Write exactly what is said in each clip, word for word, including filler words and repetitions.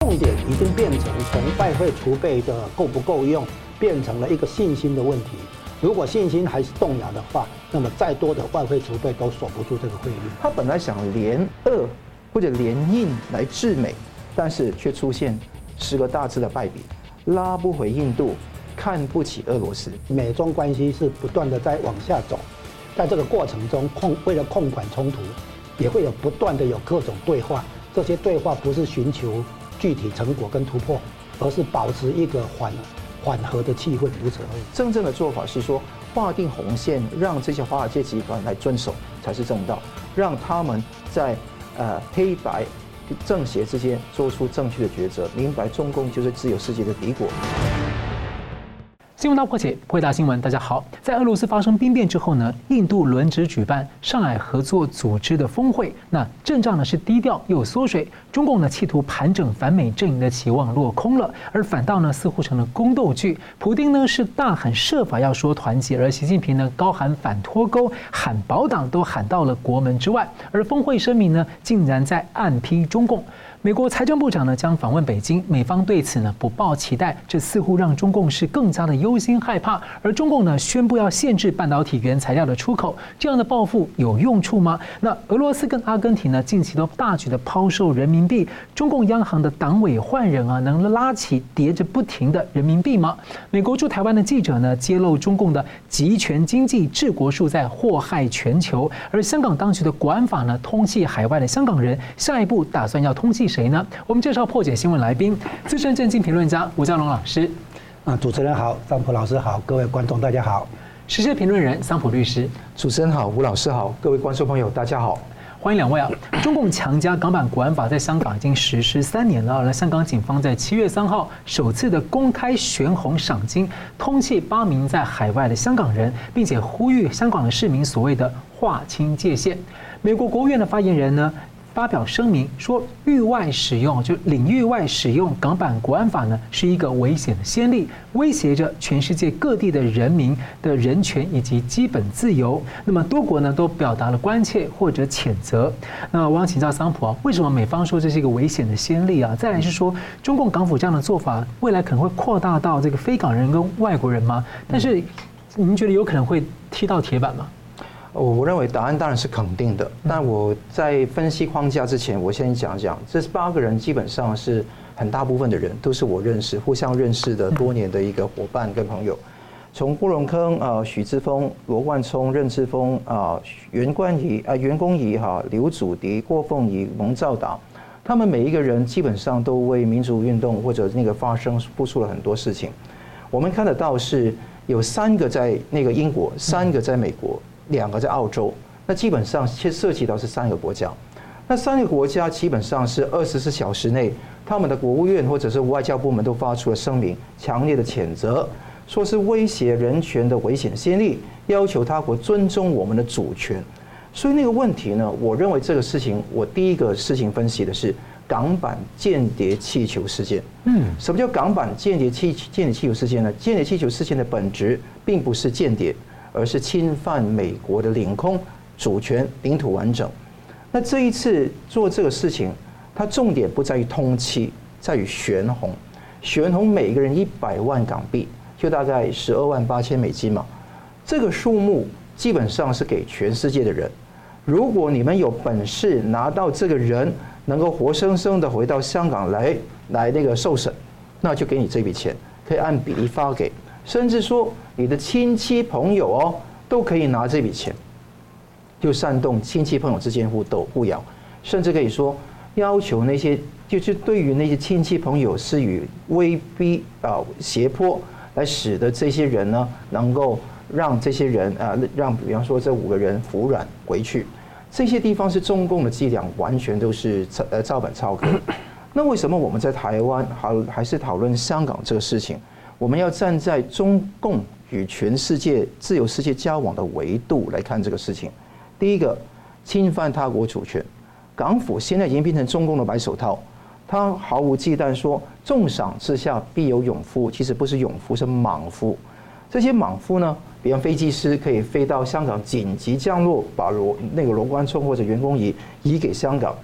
重点已经变成从外汇储备的够不够用，变成了一个信心的问题。如果信心还是动摇的话，那么再多的外汇储备都锁不住这个汇率。 他本来想联俄或者联印来制美，但是却出现十个大字的败笔，拉不回印度，看不起俄罗斯。 美中关系是不断的在往下走，在这个过程中控为了控管冲突，也会有不断的有各种对话。这些对话不是寻求具体成果跟突破，而是保持一个缓缓和的气氛，如此而已。 真正的做法是说，划定红线，让这些华尔街集团来遵守才是正道，让他们在呃黑白正邪之间做出正确的抉择，明白中共就是自由世界的敌国。 新闻大破解，回答新闻，大家好。在俄罗斯发生兵变之后呢，印度轮值举办上海合作组织的峰会，那阵仗呢是低调又有缩水。中共呢企图盘整反美阵营的期望落空了，而反倒呢似乎成了宫斗剧。普丁呢是大喊设法要说团结，而习近平呢高喊反脱钩，喊保党都喊到了国门之外。而峰会声明呢竟然在暗批中共。美国财政部长呢将访问北京，美方对此呢不抱期待，这似乎让中共是更加的忧心害怕。而中共呢宣布要限制半导体原材料的出口，这样的报复有用处吗？那俄罗斯跟阿根廷呢近期都大举的抛售人民币，中共央行的党委换人啊，能拉起叠着不停的人民币吗？美国驻台湾的记者呢揭露中共的集权经济治国术在祸害全球，而香港当局的国安法呢通缉海外的香港人，下一步打算要通缉谁呢？我们介绍破解新闻来宾，资深政经评论家吴嘉龙老师。 啊，主持人好，桑普老师好，各位观众大家好。 时事评论人桑普律师。 主持人好，吴老师好，各位观众朋友大家好。 欢迎两位啊！中共强加港版国安法在香港已经实施三年了，而香港警方在七月三号首次的公开悬红赏金，通缉八名在海外的香港人，并且呼吁香港的市民所谓的划清界限。美国国务院的发言人呢发表声明说，域外使用就领域外使用港版国安法呢，是一个危险的先例，威胁着全世界各地的人民的人权以及基本自由。那么多国呢都表达了关切或者谴责。那我想请教桑普啊，为什么美方说这是一个危险的先例啊？再来是说，中共港府这样的做法，未来可能会扩大到这个非港人跟外国人吗？但是您觉得有可能会踢到铁板吗？ 我认为答案当然是肯定的，但我在分析框架之前，我先讲讲，这八个人基本上是很大部分的人都是我认识、互相认识的多年的一个伙伴跟朋友。从郭荣铿啊、许志峰、罗冠聪、任志峰啊、袁冠仪啊、袁公仪哈、刘祖迪、郭凤仪、蒙兆达，他们每一个人基本上都为民主运动或者那个发声付出了很多事情。我们看得到是有三个在那个英国，三个在美国。两个在澳洲，那基本上涉及到是三个国家。那三个国家基本上是二十四小时内，他们的国务院或者是外交部门都发出了声明，强烈的谴责，说是威胁人权的危险先例，要求他国尊重我们的主权。所以那个问题呢，我认为这个事情，我第一个事情分析的是港版间谍气球事件。嗯，什么叫港版间谍气间谍气球事件呢？间谍气球事件的本质并不是间谍，而是侵犯美国的领空、主权、领土完整。那这一次做这个事情，它重点不在于通缉，在于悬红。悬红每个人一百万港币，就大概十二万八千美金嘛。这个数目基本上是给全世界的人。如果你们有本事拿到这个人能够活生生的回到香港来来那个受审，那就给你这笔钱，可以按比例发给。甚至说你的亲戚朋友哦，都可以拿这笔钱，就煽动亲戚朋友之间互斗互咬，甚至可以说要求那些就是对于那些亲戚朋友施予威逼啊胁迫，来使得这些人呢能够让这些人啊让比方说这五个人服软回去，这些地方是中共的伎俩，完全都是呃照本抄歌。那为什么我们在台湾还还是讨论香港这个事情？我们要站在中共与全世界自由世界交往的维度来看这个事情。第一个，侵犯他国主权，港府现在已经变成中共的白手套，他毫无忌惮说重赏之下必有勇夫，其实不是勇夫，是莽夫。这些莽夫呢，比方飞机师可以飞到香港紧急降落，把罗那个罗冠聪或者袁公仪移给香港，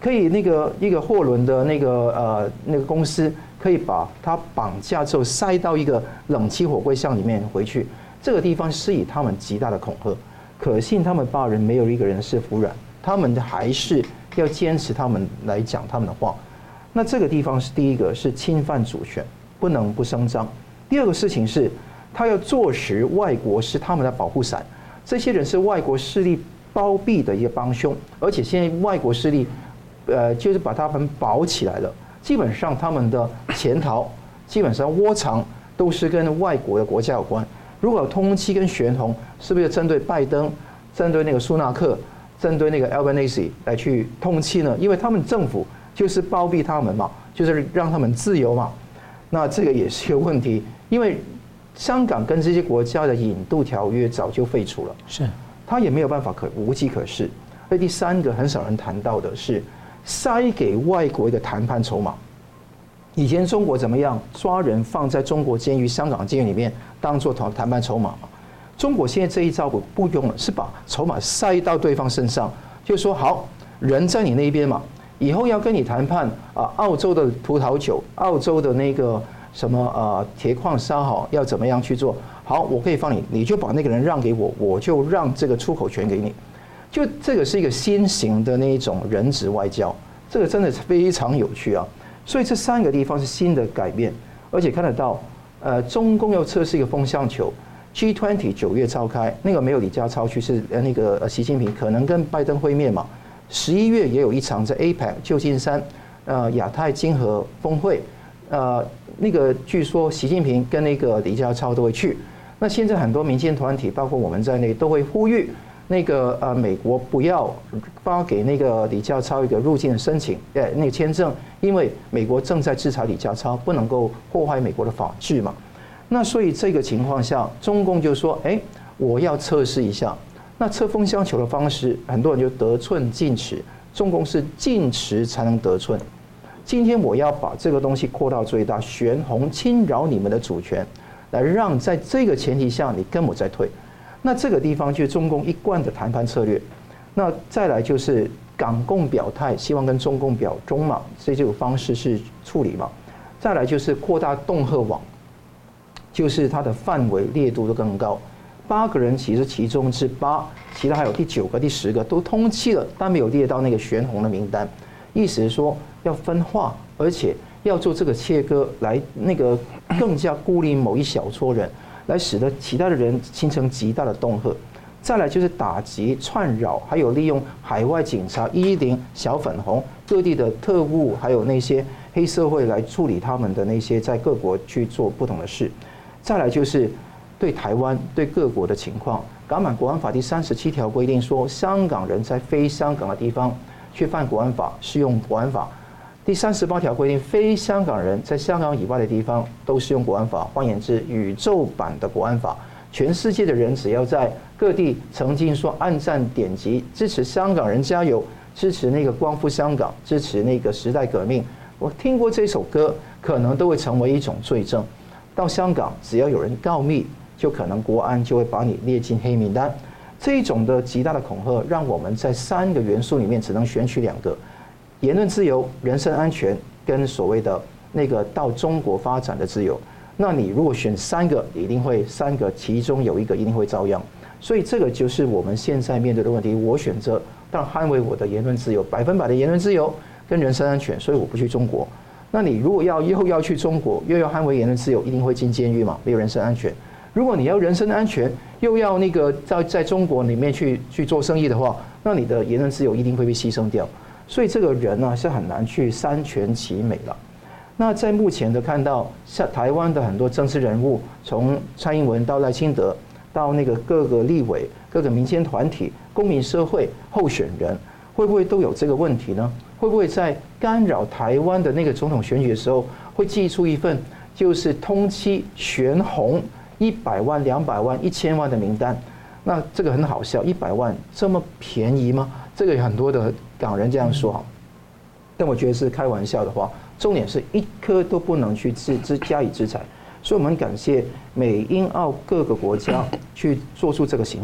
可以那个一个货轮的那个呃那个公司可以把它绑架之后塞到一个冷气火柜箱里面回去，这个地方施以他们极大的恐吓。可信他们八人没有一个人是服软，他们还是要坚持他们来讲他们的话。那这个地方是第一个是侵犯主权，不能不声张。第二个事情是，他要坐实外国是他们的保护伞，这些人是外国势力包庇的一个帮凶，而且现在外国势力，呃，就是把他们保起来了。基本上他们的潜逃，基本上窝藏都是跟外国的国家有关。如果有通缉跟悬红，是不是针对拜登、针对那个苏纳克、针对那个 Albanese 来去通缉呢？因为他们政府就是包庇他们嘛，就是让他们自由嘛。那这个也是一个问题，因为香港跟这些国家的引渡条约早就废除了， 是， 他也没有办法可无计可施。而第三个很少人谈到的是，塞给外国一个谈判筹码。以前中国怎么样抓人放在中国监狱、香港监狱里面当做谈谈判筹码嘛？中国现在这一招不不用了，是把筹码塞到对方身上，就说好人在你那边嘛，以后要跟你谈判啊，澳洲的葡萄酒、澳洲的那个什么啊铁矿砂好要怎么样去做？好，我可以放你，你就把那个人让给我，我就让这个出口权给你。就这个是一个新型的那一种人质外交，这个真的是非常有趣啊。所以这三个地方是新的改变，而且看得到，呃，中共要测试一个风向球 ，G 二十 九月召开，那个没有李家超去，是呃那个习近平可能跟拜登会面嘛。十一月也有一场在 A P E C 旧金山，呃亚太经合峰会，呃那个据说习近平跟那个李家超都会去。那现在很多民间团体，包括我们在内，都会呼吁。那个呃，美国不要发给那个李家超一个入境的申请，呃，那个签证，因为美国正在制裁李家超，不能够破坏美国的法治嘛。那所以这个情况下，中共就说，哎，我要测试一下。那测风向球的方式，很多人就得寸进尺，中共是进尺才能得寸。今天我要把这个东西扩到最大，悬红侵扰你们的主权，来让在这个前提下你跟我再退。那这个地方就是中共一贯的谈判策略，那再来就是港共表态，希望跟中共表忠嘛，所以这个方式是处理嘛。再来就是扩大恫吓网，就是它的范围烈度都更高。八个人其实其中之八，其他还有第九个、第十个都通缉了，但没有列到那个悬红的名单。意思是说要分化，而且要做这个切割，来那个更加孤立某一小撮人。来使得其他的人形成极大的恫吓，再来就是打击、串扰，还有利用海外警察、一一零、小粉红、各地的特务，还有那些黑社会来处理他们的那些在各国去做不同的事。再来就是对台湾、对各国的情况，港版国安法第三十七条规定说，香港人在非香港的地方去犯国安法，适用国安法。第三十八条规定，非香港人在香港以外的地方都适用国安法。换言之，宇宙版的国安法，全世界的人只要在各地曾经说按赞点击支持香港人加油，支持那个光复香港，支持那个时代革命，我听过这首歌，可能都会成为一种罪证。到香港，只要有人告密，就可能国安就会把你列进黑名单。这种的极大的恐吓，让我们在三个元素里面只能选取两个。言论自由、人身安全跟所谓的那个到中国发展的自由，那你如果选三个，一定会三个其中有一个一定会遭殃。所以这个就是我们现在面对的问题。我选择当然捍卫我的言论自由，百分百的言论自由跟人身安全，所以我不去中国。那你如果要又要去中国，又要捍卫言论自由，一定会进监狱嘛，没有人身安全。如果你要人身安全，又要那个在在中国里面去去做生意的话，那你的言论自由一定会被牺牲掉。所以这个人呢、啊、是很难去三全其美了。那在目前的看到，像台湾的很多政治人物，从蔡英文到赖清德，到那个各个立委、各个民间团体、公民社会候选人，会不会都有这个问题呢？会不会在干扰台湾的那个总统选举的时候，会寄出一份就是通缉悬红一百万、两百万、一千万的名单？那这个很好笑，一百万这么便宜吗？这个有很多的港人这样说，但我觉得是开玩笑的话。重点是一颗都不能去制制加以制裁，所以我们感谢美英澳各个国家去做出这个行动，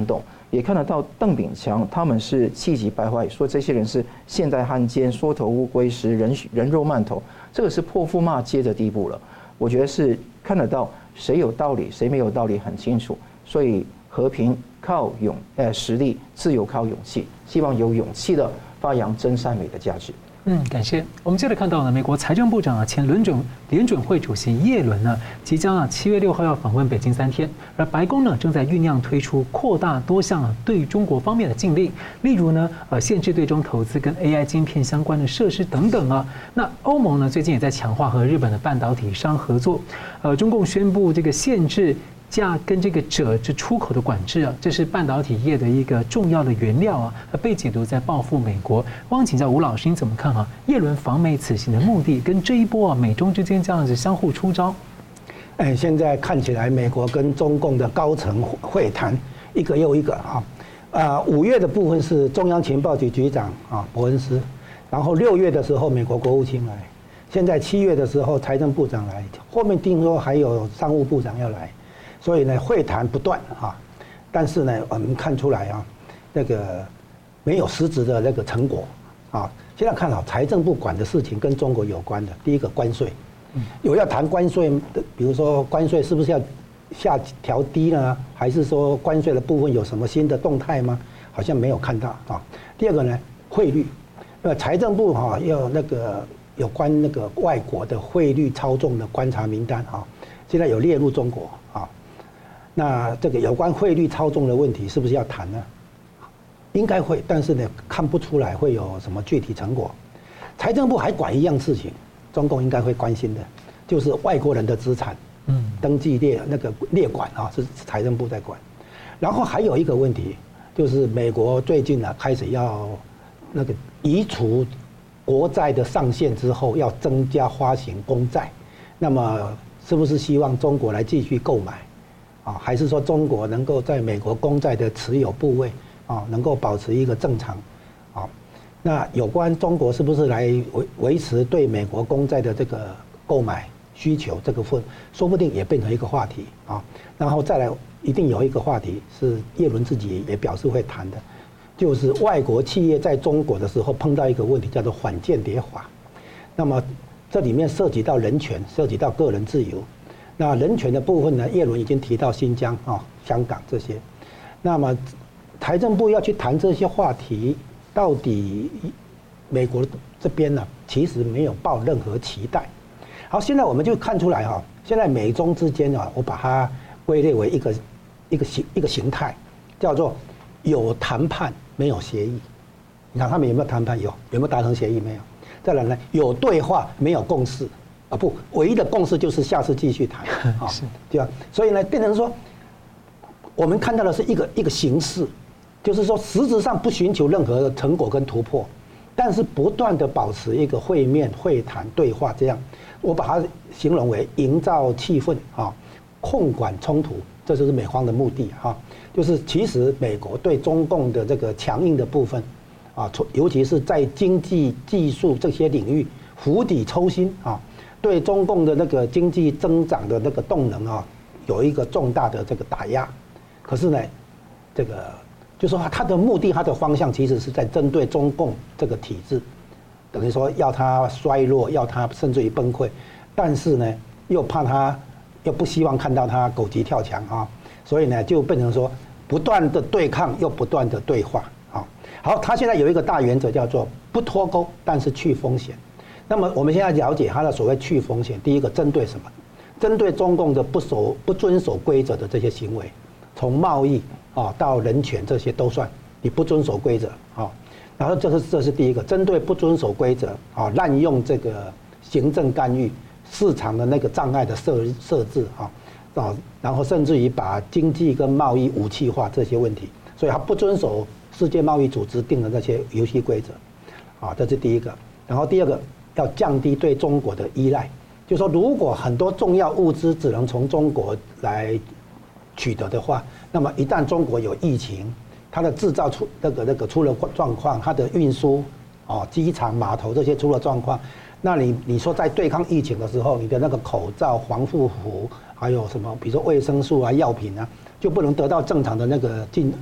也看得到邓炳强他们是气急败坏，说这些人是现代汉奸、缩头乌龟食、人人肉馒头，这个是泼妇骂街的地步了。我觉得是看得到谁有道理，谁没有道理很清楚。所以和平靠勇呃实力，自由靠勇气。希望有勇气的发扬真善美的价值。 嗯，感谢。我们接着看到呢，美国财政部长啊，前联准联准会主席耶伦呢，即将啊七月六号要访问北京三天，而白宫呢正在酝酿推出扩大多项啊对中国方面的禁令，例如呢呃限制对中投资跟 A I 晶片相关的设施等等啊。那欧盟呢最近也在强化和日本的半导体商合作，呃，中共宣布这个限制价跟这个锗这出口的管制啊，这是半导体业的一个重要的原料啊，被解读在报复美国。我想请教吴老师，你怎么看啊？耶伦访美此行的目的跟这一波啊美中之间这样子相互出招？ 哎，现在看起来美国跟中共的高层会谈一个又一个啊，啊五月的部分是中央情报局局长啊伯恩斯，然后六月的时候美国国务卿来，现在七月的时候财政部长来，后面听说还有商务部长要来。所以呢，会谈不断啊，但是呢，我们看出来啊，那个没有实质的那个成果啊。现在看好财政部管的事情跟中国有关的，第一个关税，有要谈关税的，比如说关税是不是要下调低呢？还是说关税的部分有什么新的动态吗？好像没有看到啊。第二个呢，汇率，呃，财政部哈要那个有关那个外国的汇率操纵的观察名单啊，现在有列入中国啊。那这个有关汇率操纵的问题是不是要谈呢？应该会，但是呢，看不出来会有什么具体成果。财政部还管一样事情，中共应该会关心的，就是外国人的资产，嗯，登记列那个列管啊，是财政部在管。然后还有一个问题，就是美国最近呢开始要那个移除国债的上限之后，要增加发行公债，那么是不是希望中国来继续购买？啊，还是说中国能够在美国公债的持有部位啊，能够保持一个正常，啊，那有关中国是不是来维维持对美国公债的这个购买需求这个份，说不定也变成一个话题啊。然后再来，一定有一个话题是耶伦自己也表示会谈的，就是外国企业在中国的时候碰到一个问题，叫做反间谍法。那么这里面涉及到人权，涉及到个人自由。那人权的部分呢？耶伦已经提到新疆啊、香港这些。那么财政部要去谈这些话题，到底美国这边呢，其实没有抱任何期待。好，现在我们就看出来哈，现在美中之间啊，我把它归类为一个一个形一个形态，叫做有谈判没有协议。你看他们有没有谈判？有，有没有达成协议？没有。再来呢，有对话没有共识。啊不，唯一的共识就是下次继续谈啊，对吧？所以呢，变成说，我们看到的是一个一个形式，就是说实质上不寻求任何的成果跟突破，但是不断的保持一个会面、会谈、对话这样。我把它形容为营造气氛啊，控管冲突，这就是美方的目的哈。就是其实美国对中共的这个强硬的部分啊，尤其是在经济、技术这些领域釜底抽薪啊。对中共的那个经济增长的那个动能啊，有一个重大的这个打压。可是呢，这个就说它的目的、它的方向，其实是在针对中共这个体制，等于说要它衰落，要它甚至于崩溃。但是呢，又怕它，又不希望看到它狗急跳墙啊，所以呢，就变成说不断的对抗，又不断的对话啊。好，它现在有一个大原则叫做不脱钩，但是去风险。那么我们现在了解它的所谓去风险，第一个针对什么？针对中共的不守、不遵守规则的这些行为，从贸易啊到人权这些都算，你不遵守规则啊。然后这是这是第一个，针对不遵守规则啊，滥用这个行政干预、市场的那个障碍的设设置啊啊，然后甚至于把经济跟贸易武器化这些问题，所以它不遵守世界贸易组织定的那些游戏规则啊，这是第一个。然后第二个。要降低对中国的依赖，就是说，如果很多重要物资只能从中国来取得的话，那么一旦中国有疫情，它的制造出那个那个出了状况，它的运输哦，机场码头这些出了状况，那你你说在对抗疫情的时候，你的那个口罩、防护服，还有什么，比如说卫生素啊、药品啊，就不能得到正常的那个进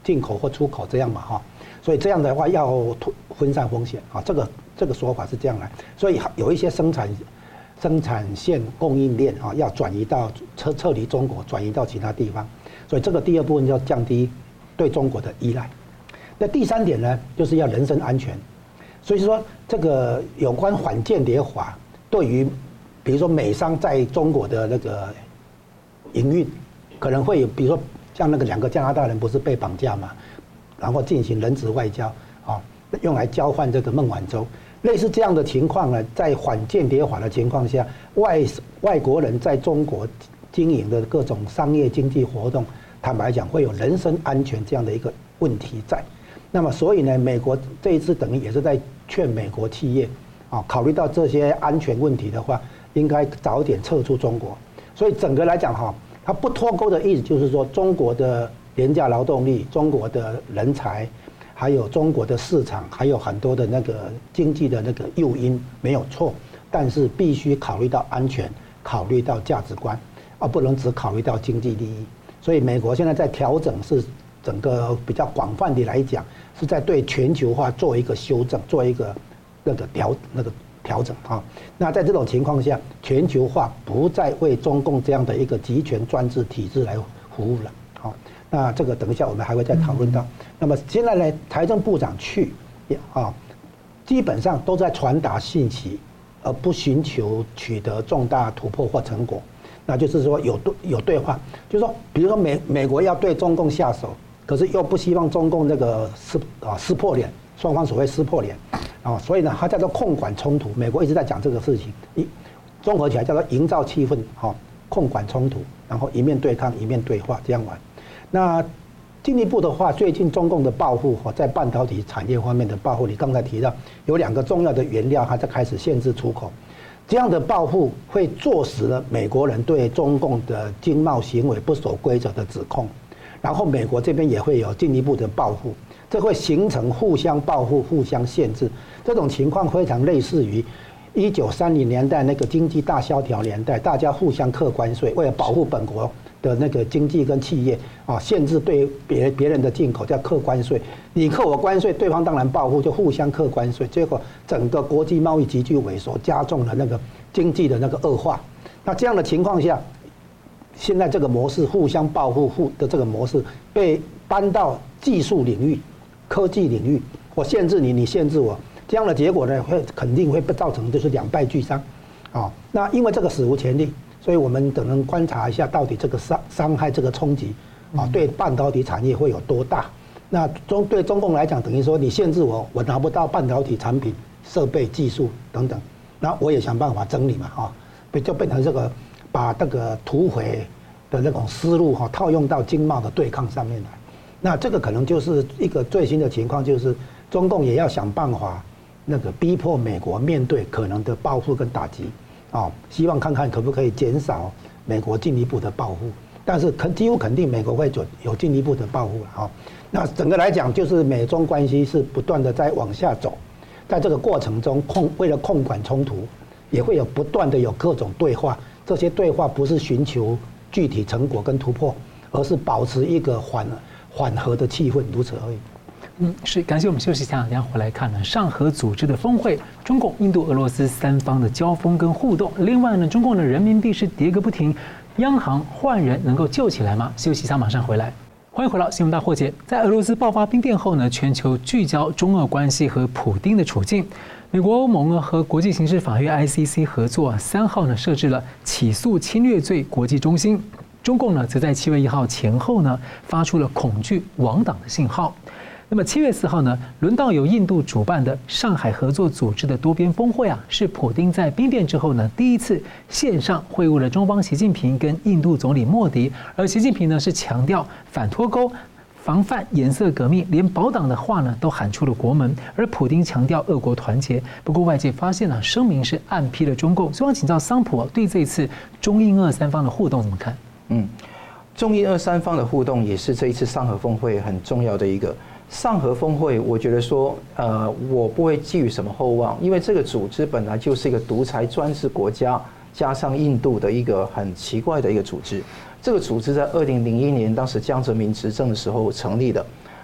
进口或出口这样嘛哈，所以这样的话要分散风险啊，这个这个说法是这样来，所以有一些生产生产线供应链啊要转移到撤撤离中国，转移到其他地方，所以这个第二部分要降低对中国的依赖。那第三点呢，就是要人身安全，所以说这个有关反间谍法对于比如说美商在中国的那个营运，可能会有比如说像那个两个加拿大人不是被绑架嘛，然后进行人质外交啊，用来交换这个孟晚舟，类似这样的情况呢，在反间谍法的情况下，外外国人在中国经营的各种商业经济活动，坦白讲会有人身安全这样的一个问题在。那么所以呢，美国这一次等于也是在劝美国企业啊，考虑到这些安全问题的话，应该早点撤出中国。所以整个来讲哈，它不脱钩的意思就是说，中国的廉价劳动力、中国的人才，还有中国的市场，还有很多的那个经济的那个诱因没有错，但是必须考虑到安全，考虑到价值观，而不能只考虑到经济利益。所以美国现在在调整是。整个比较广泛的来讲，是在对全球化做一个修正，做一个那个调那个调整啊。那在这种情况下，全球化不再为中共这样的一个集权专制体制来服务了。好，那这个等一下我们还会再讨论到。那么现在呢，财政部长去啊，基本上都在传达信息，而不寻求取得重大突破或成果。那就是说有对有对话，就是说，比如说美美国要对中共下手。可是又不希望中共这个撕啊撕破脸，双方所谓撕破脸，啊，所以呢，它叫做控管冲突。美国一直在讲这个事情，一综合起来叫做营造气氛，哈，控管冲突，然后一面对抗一面对话这样玩。那进一步的话，最近中共的报复，哈，在半导体产业方面的报复，你刚才提到有两个重要的原料，它在开始限制出口，这样的报复会坐实了美国人对中共的经贸行为不守规则的指控。然后美国这边也会有进一步的报复，这会形成互相报复、互相限制。这种情况非常类似于一九三零年代那个经济大萧条年代，大家互相课关税，为了保护本国的那个经济跟企业啊，限制对别别人的进口叫课关税。你课我关税，对方当然报复，就互相课关税，结果整个国际贸易急剧萎缩，加重了那个经济的那个恶化。那这样的情况下，现在这个模式互相报复互的这个模式被搬到技术领域、科技领域，我限制你，你限制我，这样的结果呢，会肯定会造成就是两败俱伤，啊，那因为这个史无前例，所以我们等能观察一下到底这个伤伤害这个冲击啊，对半导体产业会有多大？那中对中共来讲，等于说你限制我，我拿不到半导体产品、设备、技术等等，那我也想办法争你嘛，啊，就变成这个。把这个土匪的那种思路哈套用到经贸的对抗上面来，那这个可能就是一个最新的情况，就是中共也要想办法那个逼迫美国面对可能的报复跟打击，啊，希望看看可不可以减少美国进一步的报复，但是肯几乎肯定美国会有有进一步的报复了啊。那整个来讲，就是美中关系是不断的在往下走，在这个过程中控为了控管冲突，也会有不断的有各种对话。这些对话不是寻求具体成果跟突破，而是保持一个缓缓和的气氛，如此而已。 嗯，是，感谢我们休息一下，等下回来看呢上合组织的峰会，中共、印度、俄罗斯三方的交锋跟互动。另外呢，中共的人民币是跌个不停，央行换人能够救起来吗？休息一下，马上回来。欢迎回到新闻大破解。在俄罗斯爆发兵变后呢，全球聚焦中俄关系和普丁的处境。美国、欧盟和国际刑事法院 I C C 合作，三号呢设置了起诉侵略罪国际中心。中共呢则在七月一号前后呢发出了恐惧亡党的信号。那么七月四号呢，轮到由印度主办的上海合作组织的多边峰会啊，是普丁在兵变之后呢第一次线上会晤了中方习近平跟印度总理莫迪，而习近平呢是强调反脱钩、防范颜色革命，连保党的话呢都喊出了国门，而普丁强调俄国团结。不过外界发现呢，声明是暗批了中共。所以我请教桑普对这一次中印俄三方的互动怎么看？ 嗯，中印俄三方的互动也是这一次上合峰会很重要的一个。上合峰会，我觉得说，呃，我不会寄予什么厚望，因为这个组织本来就是一个独裁专制国家加上印度的一个很奇怪的一个组织。这个组织在二零零一年当时江泽民执政的时候成立的，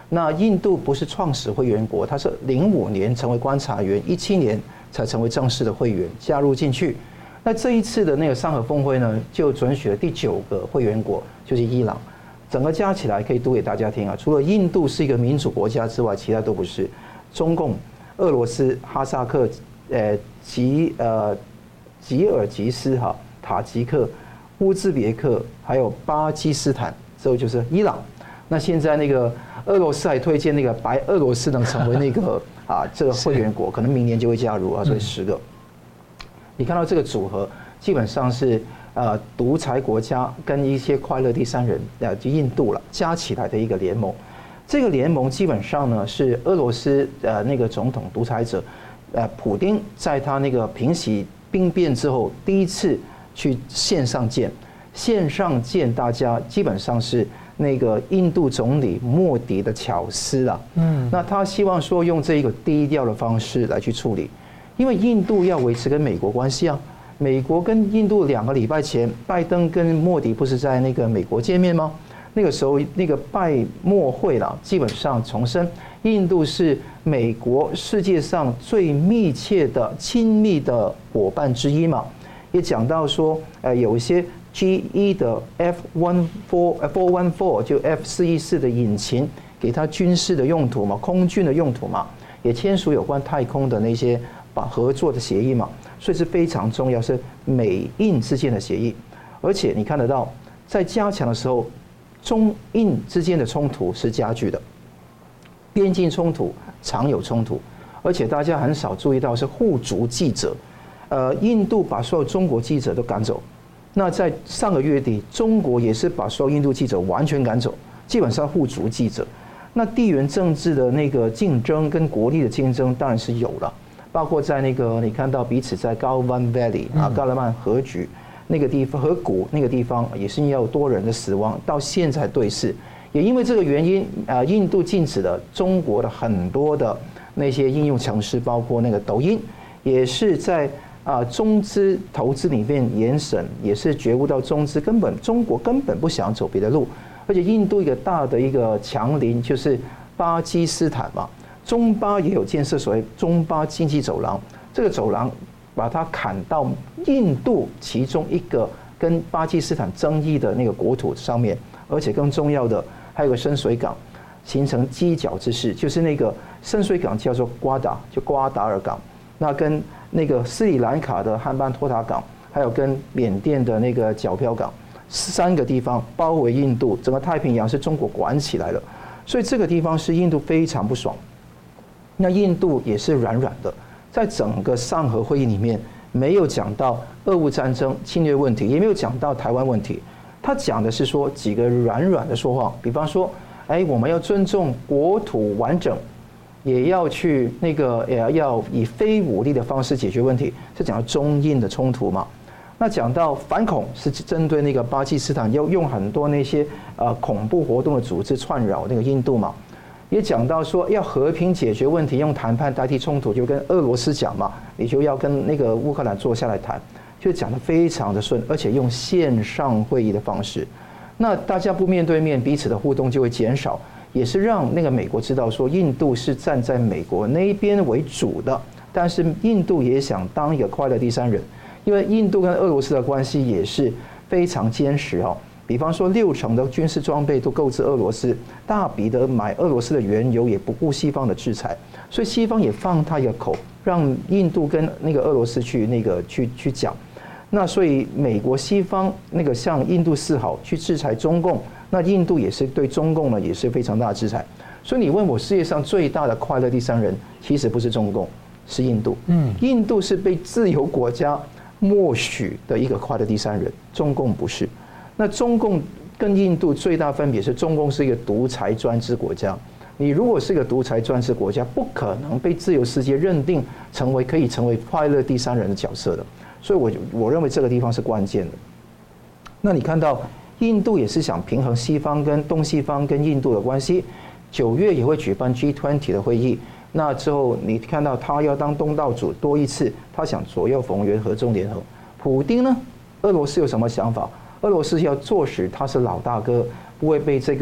那印度不是创始会员国，它是零五年成为观察员，一七年才成为正式的会员加入进去。那这一次的那个上合峰会呢，就准许了第九个会员国，就是伊朗。整个加起来可以读给大家听啊，除了印度是一个民主国家之外，其他都不是。中共、俄罗斯、哈萨克、呃吉呃吉尔吉斯哈、塔吉克、乌兹别克，还有巴基斯坦，之后就是伊朗。那现在那个俄罗斯还推荐那个白俄罗斯能成为那个啊这个会员国，可能明年就会加入啊，所以十个。你看到这个组合，基本上是呃独裁国家跟一些快乐第三人，呃就印度了，加起来的一个联盟。这个联盟基本上呢是俄罗斯呃那个总统独裁者，呃普丁在他那个平息兵变之后，第一次去线上见，线上见大家基本上是那个印度总理莫迪的巧思啊，嗯，那他希望说用这个低调的方式来去处理。因为印度要维持跟美国关系啊，美国跟印度两个礼拜前，拜登跟莫迪不是在那个美国见面吗？那个时候那个拜莫会啦，基本上重申，印度是美国世界上最密切的、亲密的伙伴之一嘛。也讲到说，呃，有一些 G 一 的 F 十四 F 四十四就 F 四一四的引擎，给它军事的用途嘛，空军的用途嘛，也签署有关太空的那些。把合作的协议嘛，所以是非常重要，是美印之间的协议。而且你看得到，在加强的时候，中印之间的冲突是加剧的，边境冲突常有冲突，而且大家很少注意到是互逐记者。呃，印度把所有中国记者都赶走，那在上个月底，中国也是把所有印度记者完全赶走，基本上互逐记者。那地缘政治的那个竞争跟国力的竞争当然是有了。包括在那个你看到彼此在高湾 Valley 啊，高兰曼河谷那个地方河谷那个地方也是要有多人的死亡，到现在对峙，也因为这个原因啊，印度禁止了中国的很多的那些应用程式，包括那个抖音，也是在啊中资投资里面严审，也是觉悟到中资根本中国根本不想走别的路，而且印度一个大的一个强邻就是巴基斯坦嘛。中巴也有建设所谓中巴经济走廊，这个走廊把它砍到印度其中一个跟巴基斯坦争议的那个国土上面，而且更重要的还有个深水港，形成犄角之势，就是那个深水港叫做瓜达，就瓜达尔港，那跟那个斯里兰卡的汉班托塔港，还有跟缅甸的那个皎漂港，三个地方包围印度，整个太平洋是中国管起来了，所以这个地方是印度非常不爽。那印度也是软软的，在整个上合会议里面没有讲到俄乌战争侵略问题，也没有讲到台湾问题，他讲的是说几个软软的说话，比方说，哎，我们要尊重国土完整，也要去那个也要以非武力的方式解决问题，是讲到中印的冲突嘛。那讲到反恐是针对那个巴基斯坦要用很多那些呃恐怖活动的组织串扰那个印度嘛。也讲到说要和平解决问题，用谈判代替冲突，就跟俄罗斯讲嘛，你就要跟那个乌克兰坐下来谈，就讲得非常的顺，而且用线上会议的方式，那大家不面对面，彼此的互动就会减少，也是让那个美国知道说印度是站在美国那一边为主的，但是印度也想当一个快乐第三人，因为印度跟俄罗斯的关系也是非常坚实哦。比方说，六成的军事装备都购置俄罗斯，大笔的买俄罗斯的原油，也不顾西方的制裁，所以西方也放他一个口，让印度跟那个俄罗斯去那个去去讲。那所以美国西方那个向印度示好，去制裁中共，那印度也是对中共呢也是非常大的制裁。所以你问我世界上最大的快乐第三人，其实不是中共，是印度。嗯，印度是被自由国家默许的一个快乐第三人，中共不是。那中共跟印度最大分别是，中共是一个独裁专制国家。你如果是一个独裁专制国家，不可能被自由世界认定成为可以成为快乐第三人的角色的。所以我，我我认为这个地方是关键的。那你看到印度也是想平衡西方跟东西方跟印度的关系，九月也会举办 G 二十 的会议。那之后你看到他要当东道主多一次，他想左右逢源，合纵连横。普丁呢？俄罗斯有什么想法？俄罗斯要坐实他是老大哥，不会被这个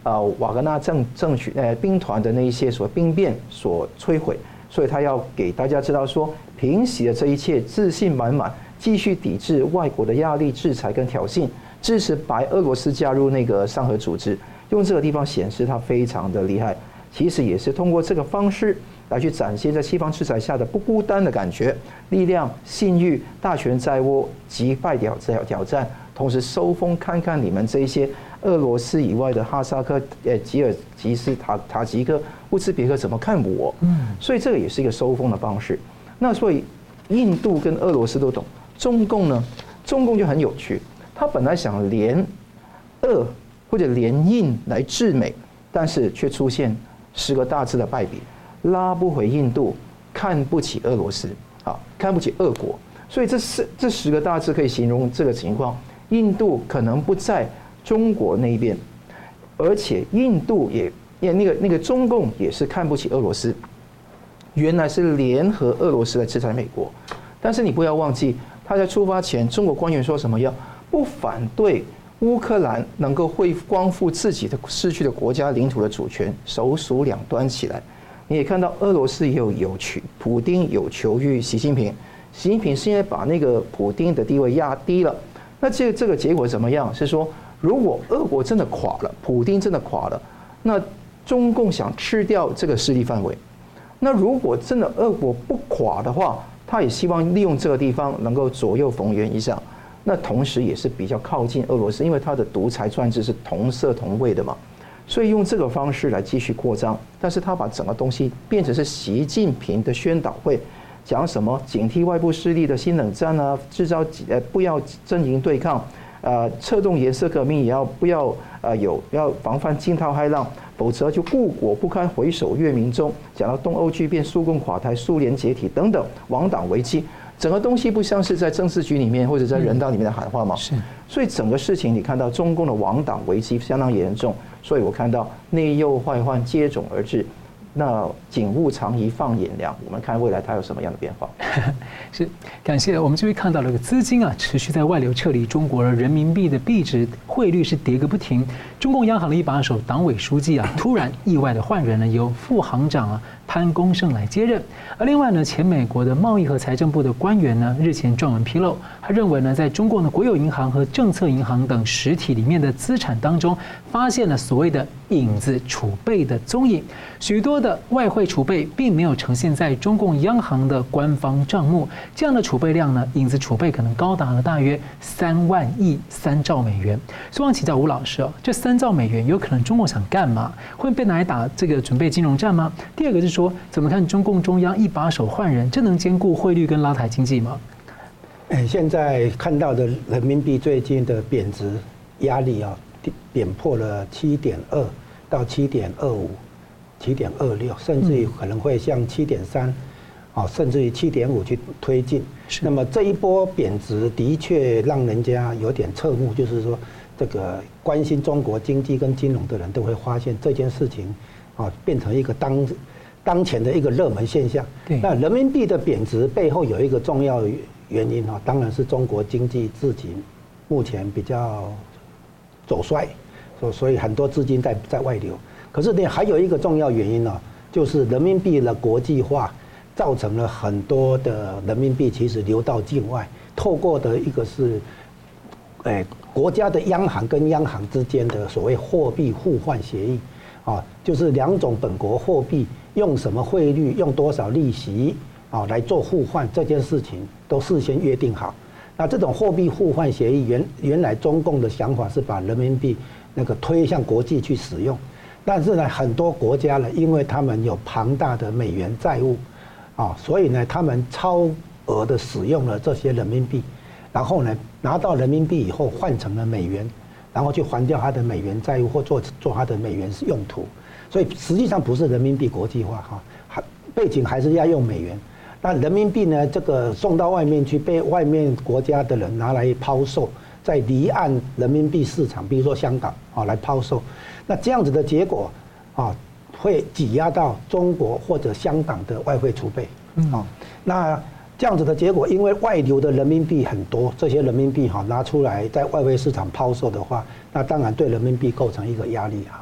呃瓦格纳政政区呃兵团的那一些所兵变所摧毁，所以他要给大家知道说，平息了这一切，自信满满，继续抵制外国的压力、制裁跟挑衅，支持白俄罗斯加入那个上合组织，用这个地方显示他非常的厉害。其实也是通过这个方式来去展现在西方制裁下的不孤单的感觉，力量、信誉、大权在握，击败挑挑战，同时收风看看你们这些俄罗斯以外的哈萨克、呃吉尔吉斯、塔塔吉克、乌兹别克怎么看我？嗯，所以这个也是一个收风的方式。那所以印度跟俄罗斯都懂，中共呢，中共就很有趣，他本来想联俄或者联印来制美，但是却出现十个大字的败笔，拉不回印度，看不起俄罗斯，啊，看不起俄国，所以这是这十个大字可以形容这个情况。印度可能不在中国那一边，而且印度也也那个那个中共也是看不起俄罗斯，原来是联合俄罗斯来制裁美国，但是你不要忘记，他在出发前，中国官员说什么要不反对乌克兰能够恢光复自己的失去的国家领土的主权，手鼠两端起来。你也看到俄罗斯也有有求，普丁有求于习近平，习近平现在把那个普丁的地位压低了。那这这个结果怎么样？是说，如果俄国真的垮了，普丁真的垮了，那中共想吃掉这个势力范围。那如果真的俄国不垮的话，他也希望利用这个地方能够左右逢源以上。那同时也是比较靠近俄罗斯，因为他的独裁专制是同色同味的嘛，所以用这个方式来继续扩张。但是他把整个东西变成是习近平的宣导会，讲什么警惕外部势力的新冷战啊，制造呃不要阵营对抗，呃策动颜色革命也要不要呃有要防范惊涛骇浪，否则就故国不堪回首月明中。讲到东欧剧变、苏共垮台、苏联解体等等，亡党危机。整个东西不像是在政治局里面或者在人大里面的喊话吗？是，所以整个事情你看到中共的亡党危机相当严重，所以我看到内忧外患接踵而至。那景物长宜放眼量，我们看未来它有什么样的变化？ 是，感谢。我们就会看到了个资金啊，持续在外流撤离中国，而人民币的币值汇率是跌个不停。中共央行的一把手党委书记啊，突然意外的换人了，由副行长啊潘功胜来接任。而另外呢，前美国的贸易和财政部的官员呢，日前撰文披露，他认为呢，在中共的国有银行和政策银行等实体里面的资产当中，发现了所谓的影子储备的踪影，许多的外汇储备并没有呈现在中共央行的官方账目，这样的储备量呢，影子储备可能高达了大约三万亿三兆美元。希望请教吴老师哦，这三兆美元有可能中共想干嘛？会被拿来打这个准备金融战吗？第二个是说，怎么看中共中央一把手换人，这能兼顾汇率跟拉抬经济吗？ 哎，现在看到的人民币最近的贬值压力啊，贬破了七点二到七点二五。七点二六，甚至于可能会向七点三，啊，甚至于七点五去推进。那么这一波贬值的确让人家有点侧目，就是说，这个关心中国经济跟金融的人都会发现这件事情，啊，变成一个当当前的一个热门现象。那人民币的贬值背后有一个重要原因啊，当然是中国经济自己目前比较走衰，所所以很多资金在在外流。可是呢，还有一个重要原因呢，就是人民币的国际化，造成了很多的人民币其实流到境外，透过的一个是，哎，国家的央行跟央行之间的所谓货币互换协议，啊，就是两种本国货币用什么汇率、用多少利息啊来做互换，这件事情都事先约定好。那这种货币互换协议，原原来中共的想法是把人民币那个推向国际去使用。但是呢，很多国家呢，因为他们有庞大的美元债务，啊，所以呢，他们超额的使用了这些人民币，然后呢，拿到人民币以后换成了美元，然后去还掉他的美元债务或做做他的美元用途，所以实际上不是人民币国际化哈，还背景还是要用美元。那人民币呢，这个送到外面去，被外面国家的人拿来抛售，在离岸人民币市场，比如说香港啊，来抛售。那这样子的结果，啊，会挤压到中国或者香港的外汇储备，啊，那这样子的结果，因为外流的人民币很多，这些人民币哈拿出来在外汇市场抛售的话，那当然对人民币构成一个压力啊。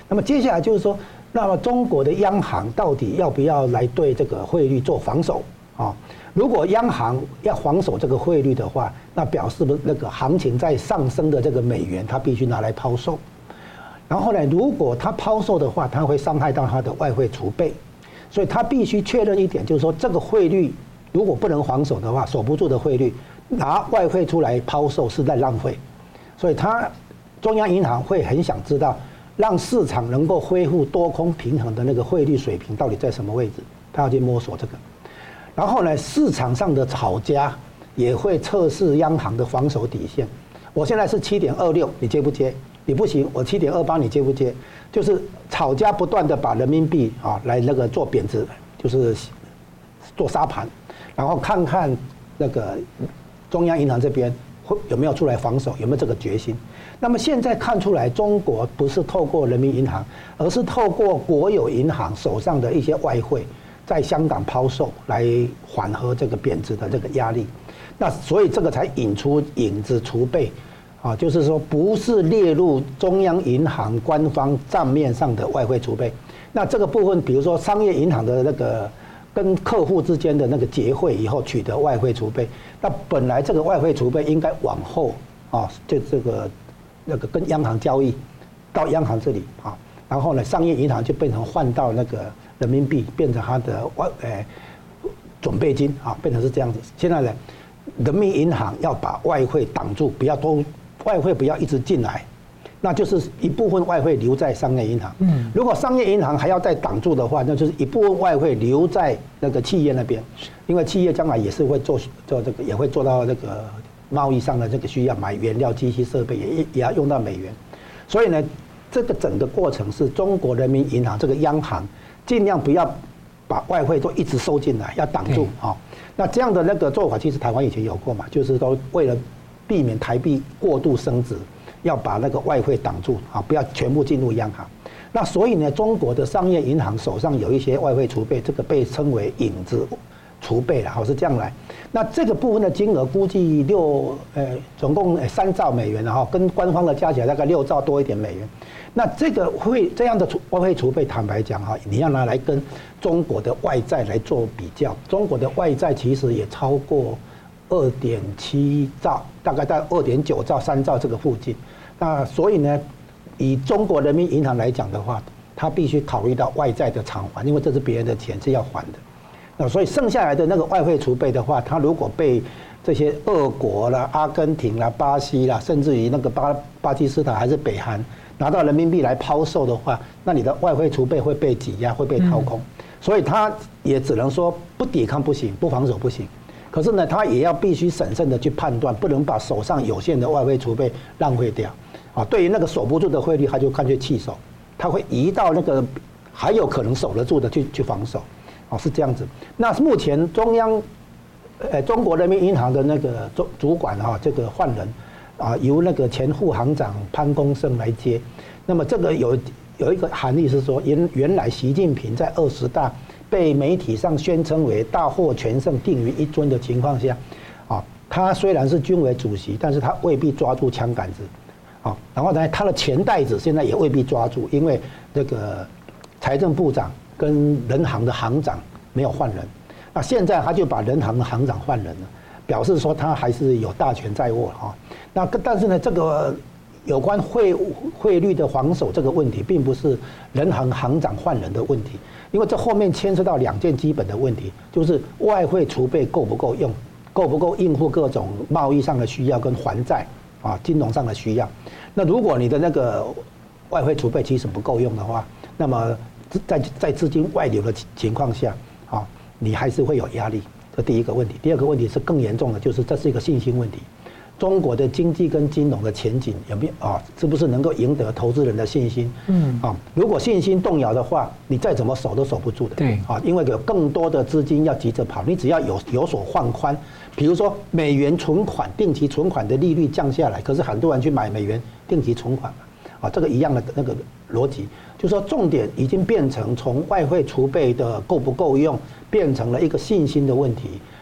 那么接下来就是说，那么中国的央行到底要不要来对这个汇率做防守啊？如果央行要防守这个汇率的话，那表示那个行情在上升的这个美元，它必须拿来抛售。然后呢，如果它抛售的话，它会伤害到它的外汇储备，所以它必须确认一点，就是说这个汇率如果不能防守的话，守不住的汇率，拿外汇出来抛售是在浪费。所以它中央银行会很想知道，让市场能够恢复多空平衡的那个汇率水平到底在什么位置，它要去摸索这个。然后呢，市场上的炒家也会测试央行的防守底线。我现在是七点二六，你接不接？你不行，我七点二八，你接不接？就是炒家不断的把人民币啊来那个做贬值，就是做沙盘，然后看看那个中央银行这边会有没有出来防守，有没有这个决心。那么现在看出来，中国不是透过人民银行，而是透过国有银行手上的一些外汇，在香港抛售来缓和这个贬值的这个压力。那所以这个才引出影子储备，啊，就是说不是列入中央银行官方账面上的外汇储备。那这个部分，比如说商业银行的那个跟客户之间的那个结汇以后取得外汇储备，那本来这个外汇储备应该往后啊，就这个那个跟央行交易到央行这里啊，然后呢，商业银行就变成换到那个人民币，变成它的外呃准备金啊，变成是这样子。现在呢，人民银行要把外汇挡住，不要多外汇不要一直进来，那就是一部分外汇留在商业银行。嗯，如果商业银行还要再挡住的话，那就是一部分外汇留在那个企业那边，因为企业将来也是会做做这个，也会做到这个贸易上的这个需要，买原料、机器设备也也要用到美元，所以呢，这个整个过程是中国人民银行这个央行尽量不要把外汇都一直收进来，要挡住啊。那这样的那个做法，其实台湾以前有过嘛，就是说为了避免台币过度升值，要把那个外汇挡住啊，不要全部进入央行。那所以呢，中国的商业银行手上有一些外汇储备，这个被称为影子储备了，好是这样来。那这个部分的金额估计六呃总共三兆美元，然后跟官方的加起来大概六兆多一点美元。那这个会这样的外汇储备，坦白讲哈，你要拿来跟中国的外债来做比较，中国的外债其实也超过二点七兆，大概在二点九兆、三兆这个附近。那所以呢，以中国人民银行来讲的话，它必须考虑到外债的偿还，因为这是别人的钱是要还的。那所以剩下来的那个外汇储备的话，它如果被这些俄国啦、阿根廷啦、巴西啦，甚至于那个巴巴基斯坦还是北韩拿到人民币来抛售的话，那你的外汇储备会被挤压，会被掏空。嗯、所以它也只能说不抵抗不行，不防守不行。可是呢，他也要必须审慎的去判断，不能把手上有限的外汇储备浪费掉。啊，对于那个守不住的汇率，他就干脆弃守，他会移到那个还有可能守得住的去去防守。啊，是这样子。那目前中央，呃，中国人民银行的那个主主管哈、啊，这个换人，啊，由那个前副行长潘功胜来接。那么这个有有一个含义是说，原原来习近平在二十大被媒体上宣称为大获全胜、定于一尊的情况下，啊，他虽然是军委主席，但是他未必抓住枪杆子，啊，然后呢，他的钱袋子现在也未必抓住，因为这个财政部长跟人行的行长没有换人，那现在他就把人行的行长换人了，表示说他还是有大权在握啊。那但是呢，这个有关汇汇率的防守这个问题，并不是人行行长换人的问题。因为这后面牵涉到两件基本的问题，就是外汇储备够不够用，够不够应付各种贸易上的需要跟还债啊，金融上的需要。那如果你的那个外汇储备其实不够用的话，那么在在资金外流的情况下啊，你还是会有压力。这第一个问题。第二个问题是更严重的，就是这是一个信心问题。中国的经济跟金融的前景有没有啊？是不是能够赢得投资人的信心？嗯啊，如果信心动摇的话，你再怎么守都守不住的。对啊，因为有更多的资金要急着跑，你只要有有所放宽，比如说美元存款、定期存款的利率降下来，可是很多人去买美元定期存款嘛，啊，这个一样的那个逻辑，就是说重点已经变成从外汇储备的够不够用，变成了一个信心的问题。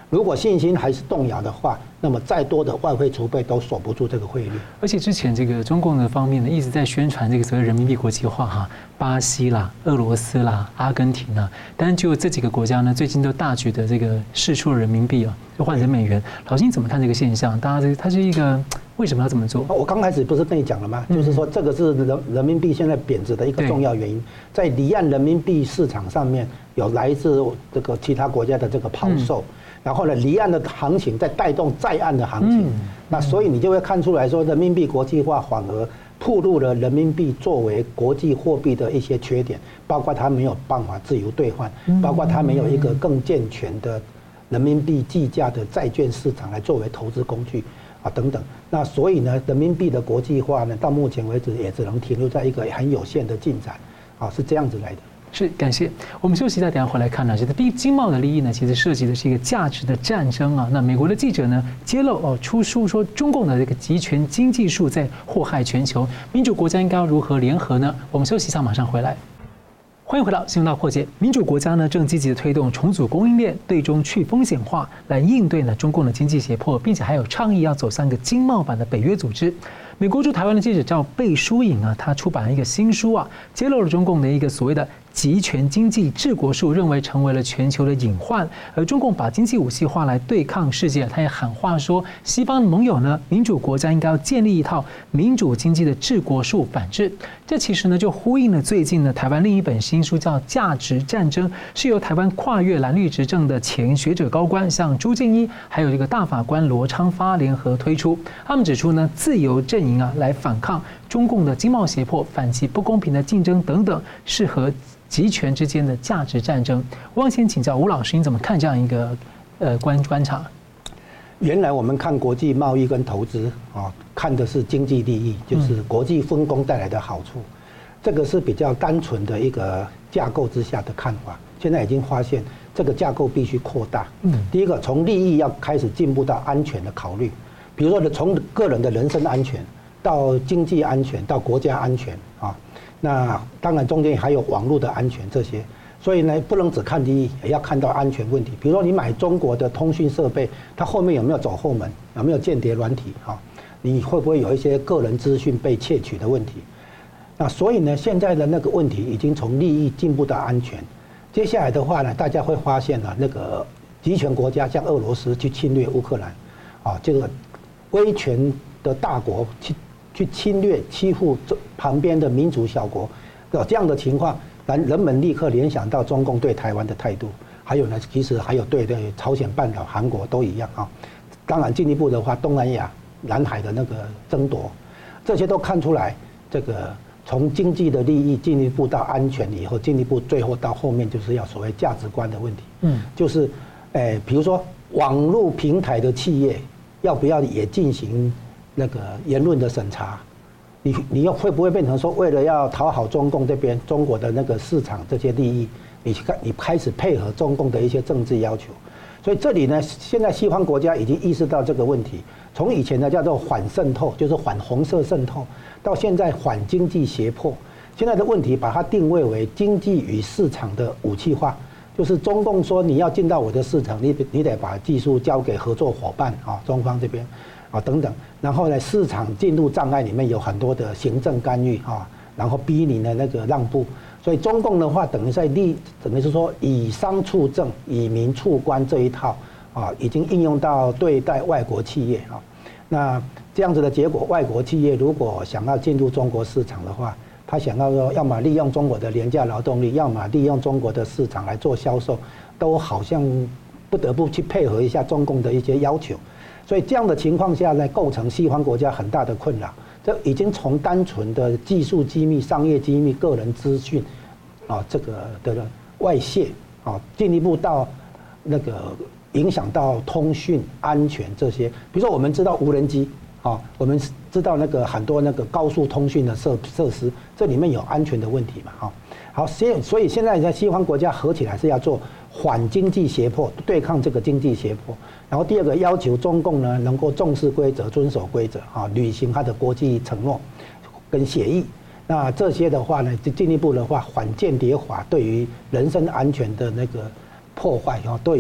如果信心还是动摇的话，那么再多的外汇储备都锁不住这个汇率。 而且之前这个中共的方面呢，一直在宣传这个所谓人民币国际化哈，巴西啦、俄罗斯啦、阿根廷啊，但是就这几个国家呢，最近都大举的这个释出了人民币啊，就换成美元。老师你怎么看这个现象？大家这它是一个为什么要这么做？ 我刚开始不是跟你讲了吗？就是说这个是人人民币现在贬值的一个重要原因，在离岸人民币市场上面有来自这个其他国家的这个抛售。嗯，然后呢，离岸的行情在带动在岸的行情，嗯、那所以你就会看出来说，人民币国际化反而暴露了人民币作为国际货币的一些缺点，包括它没有办法自由兑换，包括它没有一个更健全的人民币计价的债券市场来作为投资工具啊等等。那所以呢，人民币的国际化呢，到目前为止也只能停留在一个很有限的进展，啊，是这样子来的。是， 感谢。我们休息一下，等下回来看呢。这个第经贸的利益呢，其实涉及的是一个价值的战争啊。那美国的记者呢揭露哦，出书说中共的这个集权经济术在祸害全球，民主国家应该要如何联合呢？我们休息一下，马上回来。欢迎回到新闻大破解。民主国家呢正积极的推动重组供应链，对中去风险化，来应对呢中共的经济胁迫，并且还有倡议要走向一个经贸版的北约组织。美国驻台湾的记者叫贝书颖啊，他出版了一个新书啊，揭露了中共的一个所谓的集权经济治国术，认为成为了全球的隐患。而中共把经济武器化来对抗世界，他也喊话说，西方的盟友呢，民主国家应该要建立一套民主经济的治国术反制。这其实呢，就呼应了最近呢台湾另一本新书叫《价值战争》，是由台湾跨越蓝绿执政的前学者高官，像朱敬一还有这个大法官罗昌发联合推出。他们指出呢，自由阵营啊来反抗中共的经贸胁迫，反击不公平的竞争等等，适合集权之间的价值战争。我想先请教吴老师，你怎么看这样一个呃观观察？ 原来我们看国际贸易跟投资啊，看的是经济利益，就是国际分工带来的好处，这个是比较单纯的一个架构之下的看法。现在已经发现这个架构必须扩大。嗯，第一个从利益要开始进步到安全的考虑，比如说从个人的人身安全到经济安全到国家安全啊。那当然中间还有网络的安全这些，所以呢不能只看利益，也要看到安全问题。比如说你买中国的通讯设备，它后面有没有走后门，有没有间谍软体啊？你会不会有一些个人资讯被窃取的问题？那所以呢，现在的那个问题已经从利益进步到安全。接下来的话呢，大家会发现呢，那个集权国家像俄罗斯去侵略乌克兰，啊，这个威权的大国去。去侵略、欺负旁边的民主小国，有这样的情况，人人们立刻联想到中共对台湾的态度，还有呢，其实还有对对朝鲜半岛、韩国都一样啊。当然进一步的话，东南亚、南海的那个争夺，这些都看出来，这个从经济的利益进一步到安全以后，进一步最后到后面就是要所谓价值观的问题。嗯，就是，诶，比如说网络平台的企业要不要也进行那个言论的审查，你你又会不会变成说，为了要讨好中共这边中国的那个市场这些利益，你去看你开始配合中共的一些政治要求？所以这里呢，现在西方国家已经意识到这个问题，从以前呢叫做反渗透，就是反红色渗透，到现在反经济胁迫，现在的问题把它定位为经济与市场的武器化，就是中共说你要进到我的市场，你你得把技术交给合作伙伴啊，中方这边。啊，等等，然后呢，市场进入障碍里面有很多的行政干预啊，然后逼你的那个让步，所以中共的话等于在立，等于是说以商促政、以民促官这一套啊，已经应用到对待外国企业啊。那这样子的结果，外国企业如果想要进入中国市场的话，他想要说，要么利用中国的廉价劳动力，要么利用中国的市场来做销售，都好像不得不去配合一下中共的一些要求。所以这样的情况下呢，构成西方国家很大的困扰。这已经从单纯的技术机密、商业机密、个人资讯，啊，这个的外泄啊，进一步到那个影响到通讯安全这些。比如说，我们知道无人机啊，我们知道那个很多那个高速通讯的设设施，这里面有安全的问题嘛，哈。好，现所以现在在西方国家合起来是要做反经济胁迫，对抗这个经济胁迫。然后第二个要求中共呢能够重视规则、遵守规则啊，履行它的国际承诺跟协议。那这些的话呢，就进一步的话，反间谍法对于人身安全的那个破坏啊，对于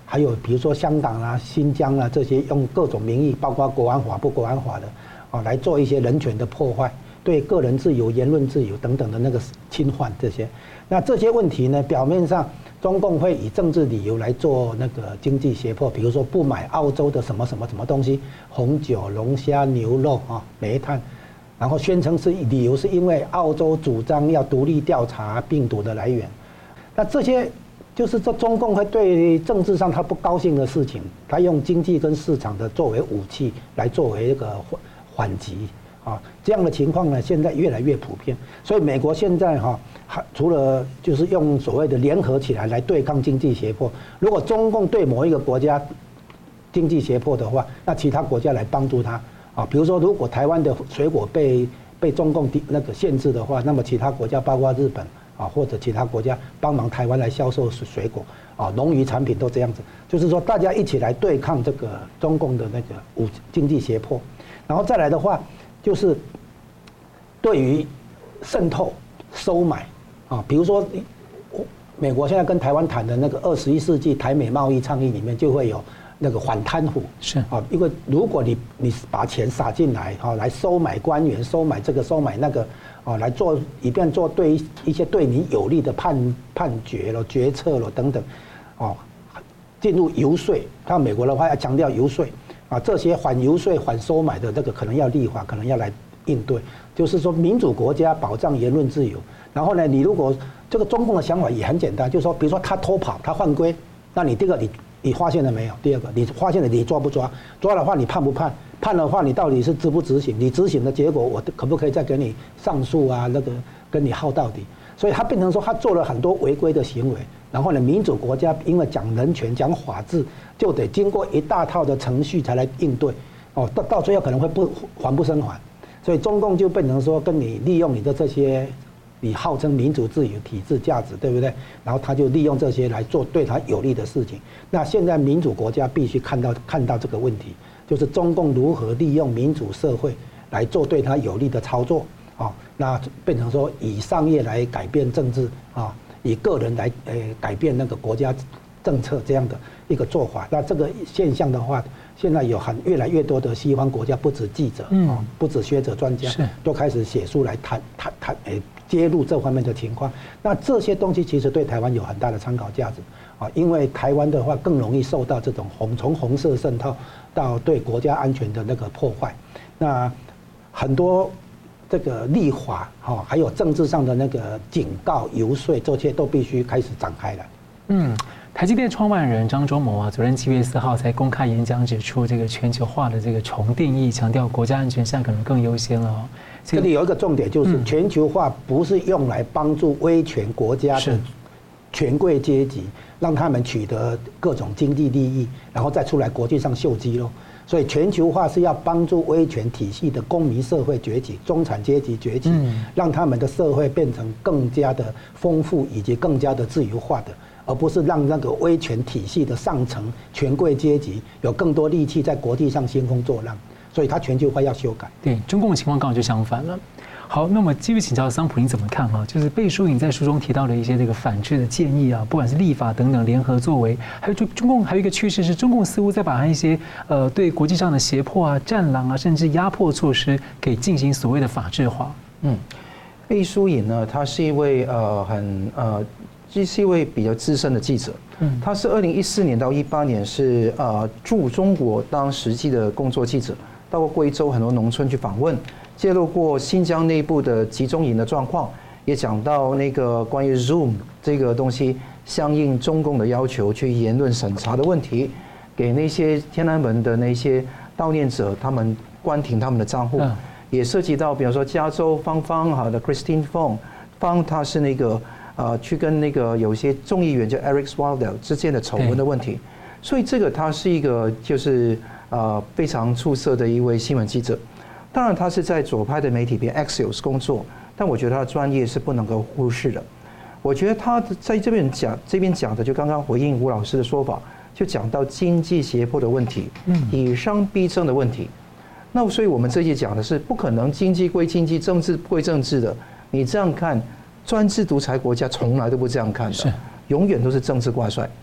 还有比如说香港啊、新疆啊这些用各种名义，包括国安法不国安法的啊，来做一些人权的破坏，对个人自由、言论自由等等的那个侵犯这些。那这些问题呢，表面上中共会以政治理由来做那个经济胁迫，比如说不买澳洲的什么什么什么东西，红酒、龙虾、牛肉啊、煤炭，然后宣称是理由是因为澳洲主张要独立调查病毒的来源。那这些就是这中共会对政治上他不高兴的事情，他用经济跟市场的作为武器来作为一个缓缓急。啊，这样的情况呢，现在越来越普遍。所以美国现在哈，还除了就是用所谓的联合起来来对抗经济胁迫，如果中共对某一个国家经济胁迫的话，那其他国家来帮助他啊。比如说，如果台湾的水果被被中共那个限制的话，那么其他国家包括日本啊或者其他国家帮忙台湾来销售水果啊，农渔产品都这样子，就是说大家一起来对抗这个中共的那个武经济胁迫，然后再来的话。就是对于渗透、收买啊，比如说美国现在跟台湾谈的那个二十一世纪台美贸易倡议里面，就会有那个反贪腐是啊，因为如果你你把钱撒进来啊，来收买官员、收买这个、收买那个啊，来做以便做对一些对你有利的判判决了、决策了等等，哦，进入游说，像美国的话要强调游说。啊，这些反游说、反收买的这个可能要立法，可能要来应对。就是说，民主国家保障言论自由。然后呢，你如果这个中共的想法也很简单，就是说，比如说他偷跑、他犯规，那你第一个你你发现了没有？第二个你发现了你抓不抓？抓的话你判不判？判的话你到底是执不执行？你执行的结果我可不可以再给你上诉啊？那个跟你耗到底？所以他变成说他做了很多违规的行为。然后呢，民主国家因为讲人权、讲法治，就得经过一大套的程序才来应对，哦，到到最后可能会不还不生还，所以中共就变成说跟你利用你的这些，你号称民主自由体制价值，对不对？然后他就利用这些来做对他有利的事情。那现在民主国家必须看到看到这个问题，就是中共如何利用民主社会来做对他有利的操作，啊，那变成说以商业来改变政治啊。以个人来呃改变那个国家政策这样的一个做法，那这个现象的话，现在有很越来越多的西方国家，不止记者啊，不止学者专家，都开始写书来谈谈谈诶揭露这方面的情况。那这些东西其实对台湾有很大的参考价值啊，因为台湾的话更容易受到这种红从红色渗透到对国家安全的那个破坏，那很多。这个立法哈，还有政治上的那个警告、游说，这些都必须开始展开了。 嗯，台积电创办人张忠谋啊，昨天七月四号在公开演讲指出，这个全球化的这个重定义，强调国家安全现在可能更优先了哦。 这里有一个重点，就是全球化不是用来帮助威权国家的权贵阶级，让他们取得各种经济利益，然后再出来国际上秀肌肉。所以全球化是要帮助威权体系的公民社会崛起、中产阶级崛起，让他们的社会变成更加的丰富以及更加的自由化的，而不是让那个威权体系的上层权贵阶级有更多力气在国际上兴风作浪。所以它全球化要修改。 对，中共的情况刚好就相反了。好，那么继续请教桑普，你怎么看啊？就是贝书颖在书中提到的一些这个反制的建议啊，不管是立法等等联合作为，还有就中共还有一个趋势是，中共似乎在把一些呃对国际上的胁迫啊、战狼啊，甚至压迫措施给进行所谓的法制化。 嗯，贝书颖呢，他是一位呃很呃，这是一位比较资深的记者。嗯，他是二零一四年到一八年是呃驻中国当实际的工作记者，到过贵州很多农村去访问。揭露过新疆内部的集中营的状况，也讲到那个关于 Zoom 这个东西相应中共的要求去言论审查的问题，给那些天安门的那些悼念者他们关停他们的账户，也涉及到比方说加州方方哈的 Christine Fong 方，他是那个呃去跟那个有些众议员叫 Eric Swalwell 之间的丑闻的问题，所以这个他是一个就是呃非常出色的一位新闻记者。当然，他是在左派的媒体边 Axios 工作，但我觉得他的专业是不能够忽视的。我觉得他在这边讲，这边讲的就刚刚回应吴老师的说法，就讲到经济胁迫的问题，以商逼政的问题。那所以我们这一讲的是不可能经济归经济，政治归政治的。你这样看，专制独裁国家从来都不这样看的，永远都是政治挂帅。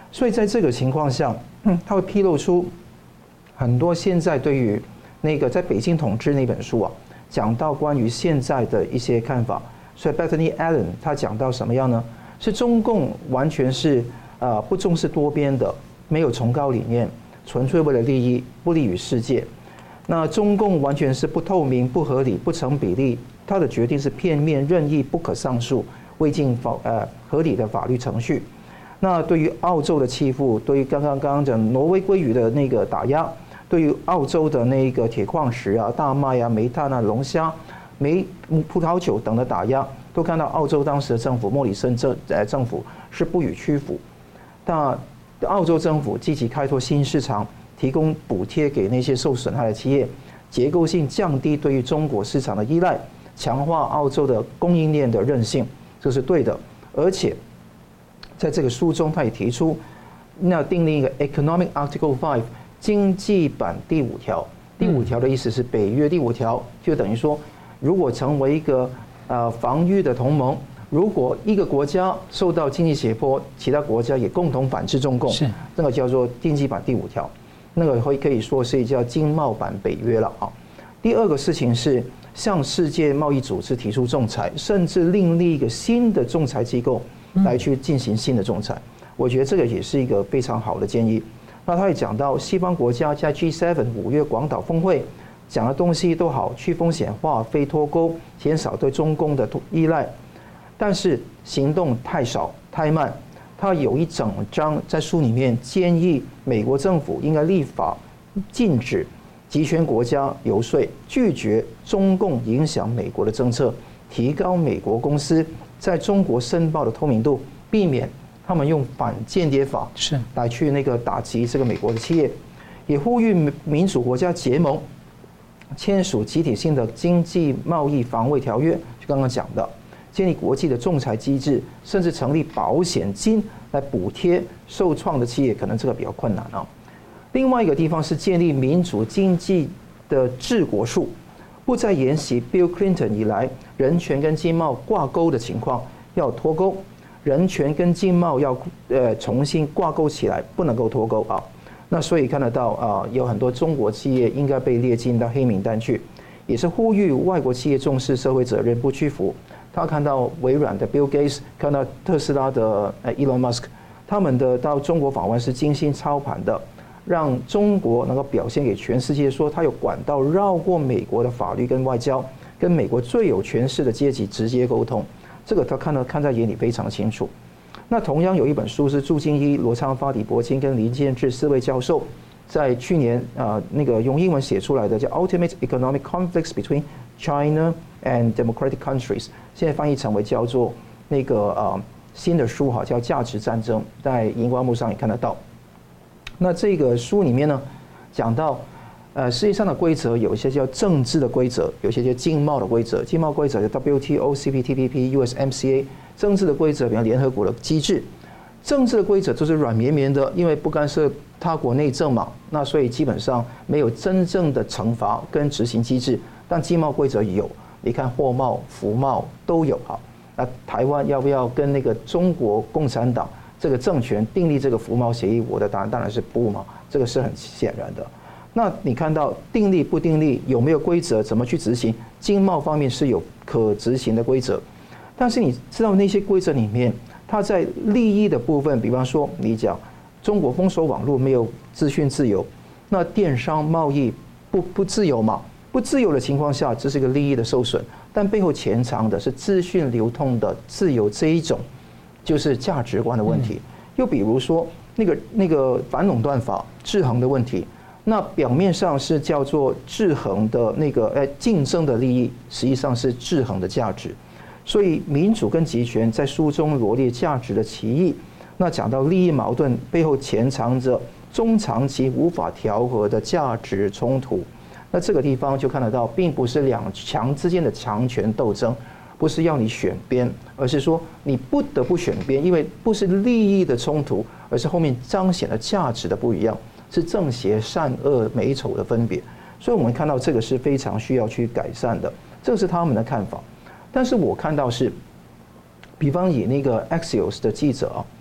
所以在这个情况下，嗯，他会披露出很多现在对于那个在北京统治那本书啊，讲到关于现在的一些看法。所以 Bethany Allen 他讲到什么样呢？是中共完全是呃不重视多边的，没有崇高理念，纯粹为了利益，不利于世界。那中共完全是不透明、不合理、不成比例，他的决定是片面、任意、不可上诉，未经法呃合理的法律程序。那对于澳洲的欺负，对于刚刚刚刚讲挪威鲑鱼的那个打压，对于澳洲的那个铁矿石啊、大麦啊、煤炭啊、龙虾、煤、葡萄酒等的打压，都看到澳洲当时的政府莫里森政呃政府是不予屈服。那澳洲政府积极开拓新市场，提供补贴给那些受损害的企业，结构性降低对于中国市场的依赖，强化澳洲的供应链的韧性，这是对的。而且在这个书中，他也提出，那订立一个 Economic Article Five 经济版第五条。第五条的意思是北约第五条，就等于说，如果成为一个呃防御的同盟，如果一个国家受到经济胁迫，其他国家也共同反制中共， 是那个叫做经济版第五条，那个会可以说是叫经贸版北约了啊。第二个事情是向世界贸易组织提出仲裁，甚至另立一个新的仲裁机构来去进行新的仲裁。我觉得这个也是一个非常好的建议。那他也讲到，西方国家在 G 七 五月广岛峰会讲的东西都好，去风险化、非脱钩，减少对中共的依赖，但是行动太少太慢。他有一整章在书里面建议美国政府应该立法禁止集权国家游说，拒绝中共影响美国的政策，提高美国公司在中国申报的透明度，避免他们用反间谍法是来去那个打击这个美国的企业，也呼吁民主国家结盟，签署集体性的经济贸易防卫条约，就刚刚讲的，建立国际的仲裁机制，甚至成立保险金来补贴受创的企业，可能这个比较困难啊。另外一个地方是建立民主经济的治国术，不再沿袭 Bill Clinton 以来人权跟经贸挂钩的情况，要脱钩。人权跟经贸要呃重新挂钩起来，不能够脱钩啊。那所以看得到啊，有很多中国企业应该被列进到黑名单去，也是呼吁外国企业重视社会责任，不屈服。他看到微软的 Bill Gates， 看到特斯拉的 Elon Musk， 他们的到中国访问是精心操盘的，让中国能够表现给全世界说，他有管道绕过美国的法律跟外交，跟美国最有权势的阶级直接沟通。这个他看到看在眼里非常清楚。那同样有一本书是祝敬一、罗昌发、李伯清跟林建志四位教授在去年啊、呃、那个用英文写出来的，叫《Ultimate Economic Conflicts Between China and Democratic Countries》，现在翻译成为叫做那个呃新的书哈，叫《价值战争》，在荧光幕上也看得到。那这个书里面呢，讲到。呃，世界上的规则有一些叫政治的规则，有一些叫经贸的规则。经贸规则就 W T O、C P T P P、U S M C A。政治的规则，比如联合国的机制。政治的规则就是软绵绵的，因为不干涉他国内政嘛，那所以基本上没有真正的惩罚跟执行机制。但经贸规则有，你看货贸、服贸都有哈。那台湾要不要跟那个中国共产党这个政权订立这个服贸协议？我的答案当然是不嘛，这个是很显然的。那你看到订立不订立有没有规则，怎么去执行？经贸方面是有可执行的规则，但是你知道那些规则里面，它在利益的部分，比方说你讲中国封锁网络没有资讯自由，那电商贸易不不自由嘛？不自由的情况下，这是一个利益的受损，但背后潜藏的是资讯流通的自由这一种，就是价值观的问题。又比如说那个那个反垄断法制衡的问题。那表面上是叫做制衡的那个呃竞争的利益，实际上是制衡的价值。所以民主跟集权在书中罗列价值的歧义。那讲到利益矛盾背后潜藏着中长期无法调和的价值冲突。那这个地方就看得到，并不是两强之间的强权斗争，不是要你选边，而是说你不得不选边，因为不是利益的冲突，而是后面彰显了价值的不一样。是正邪善恶美丑的分别，所以我们看到这个是非常需要去改善的，这个是他们的看法。但是我看到是，比方以那个 Axios 的记者啊，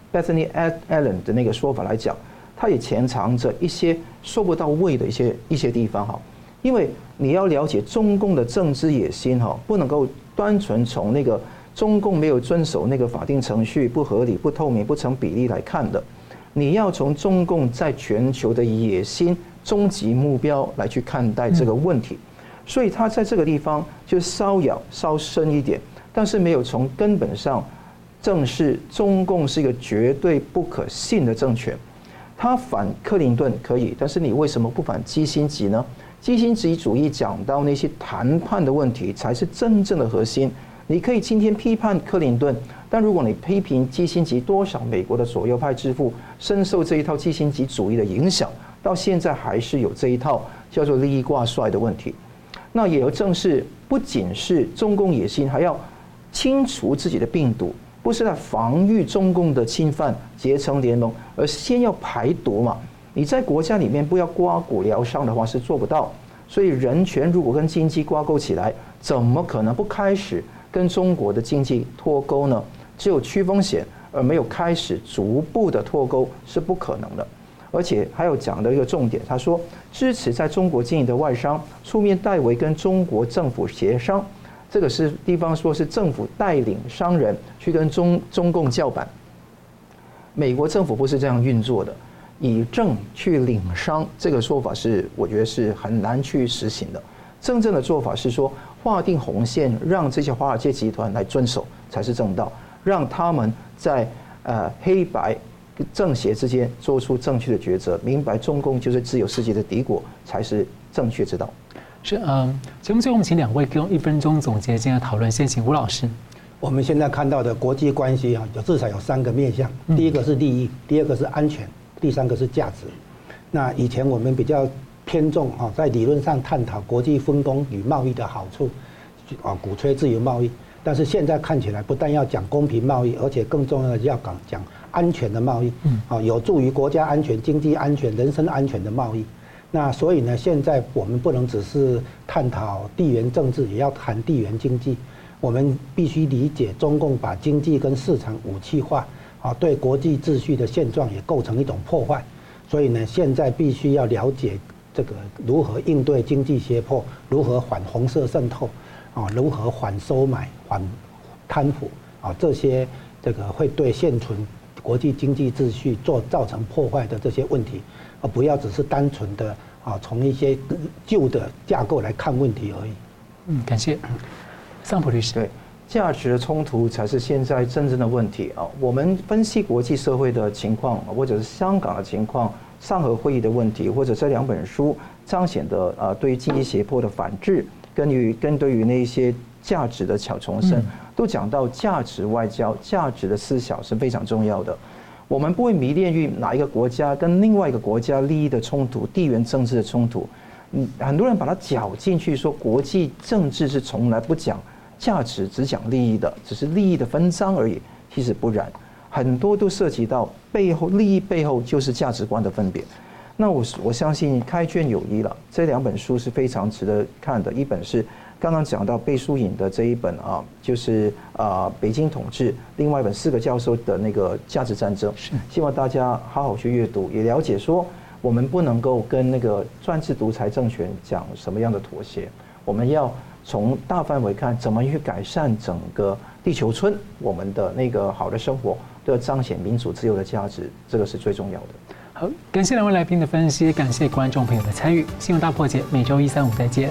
Bethany Allen 的那个说法来讲，它也潜藏着一些说不到位的一些一些地方哈。因为你要了解中共的政治野心哈，不能够单纯从那个中共没有遵守那个法定程序、不合理、不透明、不成比例来看的，你要从中共在全球的野心、终极目标来去看待这个问题。所以他在这个地方就稍咬稍深一点，但是没有从根本上正视中共是一个绝对不可信的政权。他反克林顿可以，但是你为什么不反基辛吉呢？基辛吉主义讲到那些谈判的问题才是真正的核心。你可以今天批判克林顿，但如果你批评基辛吉，多少美国的左右派智库深受这一套基辛吉主义的影响，到现在还是有这一套叫做利益挂帅的问题。那也要正视，不仅是中共野心，还要清除自己的病毒，不是在防御中共的侵犯，结成联盟，而先要排毒嘛。你在国家里面不要刮骨疗伤的话是做不到，所以人权如果跟经济挂钩起来，怎么可能不开始跟中国的经济脱钩呢？只有去风险而没有开始逐步的脱钩是不可能的。而且还有讲的一个重点，他说支持在中国经营的外商出面代为跟中国政府协商，这个是地方说是政府带领商人去跟中中共叫板。美国政府不是这样运作的。以政去领商，这个说法是我觉得是很难去实行的。真正的做法是说，划定红线，让这些华尔街集团来遵守才是正道，让他们在呃黑白正邪之间做出正确的抉择，明白中共就是自由世界的敌国，才是正确之道。 是嗯，节目最后我们请两位用一分钟总结今天的讨论，先请吴老师。 我们现在看到的国际关系啊，有至少有三个面向，第一个是利益，第二个是安全。第三个是价值。那以前我们比较偏重啊，在理论上探讨国际分工与贸易的好处，啊，鼓吹自由贸易。但是现在看起来，不但要讲公平贸易，而且更重要的要讲讲安全的贸易，啊，有助于国家安全、经济安全、人身安全的贸易。那所以呢，现在我们不能只是探讨地缘政治，也要谈地缘经济。我们必须理解中共把经济跟市场武器化。啊，对国际秩序的现状也构成一种破坏，所以呢，现在必须要了解这个如何应对经济胁迫，如何反红色渗透，啊，如何反收买、反贪腐，啊，这些这个会对现存国际经济秩序做造成破坏的这些问题，而不要只是单纯的啊从一些旧的架构来看问题而已。 嗯，感谢桑普律师。 对。价值的冲突才是现在真正的问题啊！我们分析国际社会的情况，或者是香港的情况、上合会议的问题，或者这两本书彰显的啊，对于经济胁迫的反制，跟于跟对于那些价值的巧重申，都讲到价值外交、价值的思想是非常重要的。我们不会迷恋于哪一个国家跟另外一个国家利益的冲突、地缘政治的冲突。嗯，很多人把它搅进去，说国际政治是从来不讲。价值只讲利益的，只是利益的分赃而已。其实不然，很多都涉及到背后利益背后就是价值观的分别。那我我相信开卷有益了。这两本书是非常值得看的，一本是刚刚讲到贝书颖的这一本啊，就是啊北京统治；另外一本四个教授的那个价值战争。希望大家好好去阅读，也了解说我们不能够跟那个专制独裁政权讲什么样的妥协，我们要。从大范围看，怎么去改善整个地球村，我们的那个好的生活，都要彰显民主自由的价值，这个是最重要的。 好，感谢两位来宾的分析，感谢观众朋友的参与。新闻大破解，每周一、三、五再见。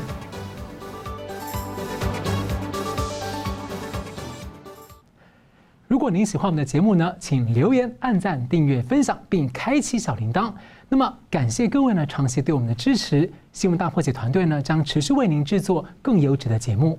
如果您喜欢我们的节目呢，请留言、按赞、订阅、分享，并开启小铃铛。那么，感谢各位呢长期对我们的支持。新闻大破解团队呢将持续为您制作更优质的节目。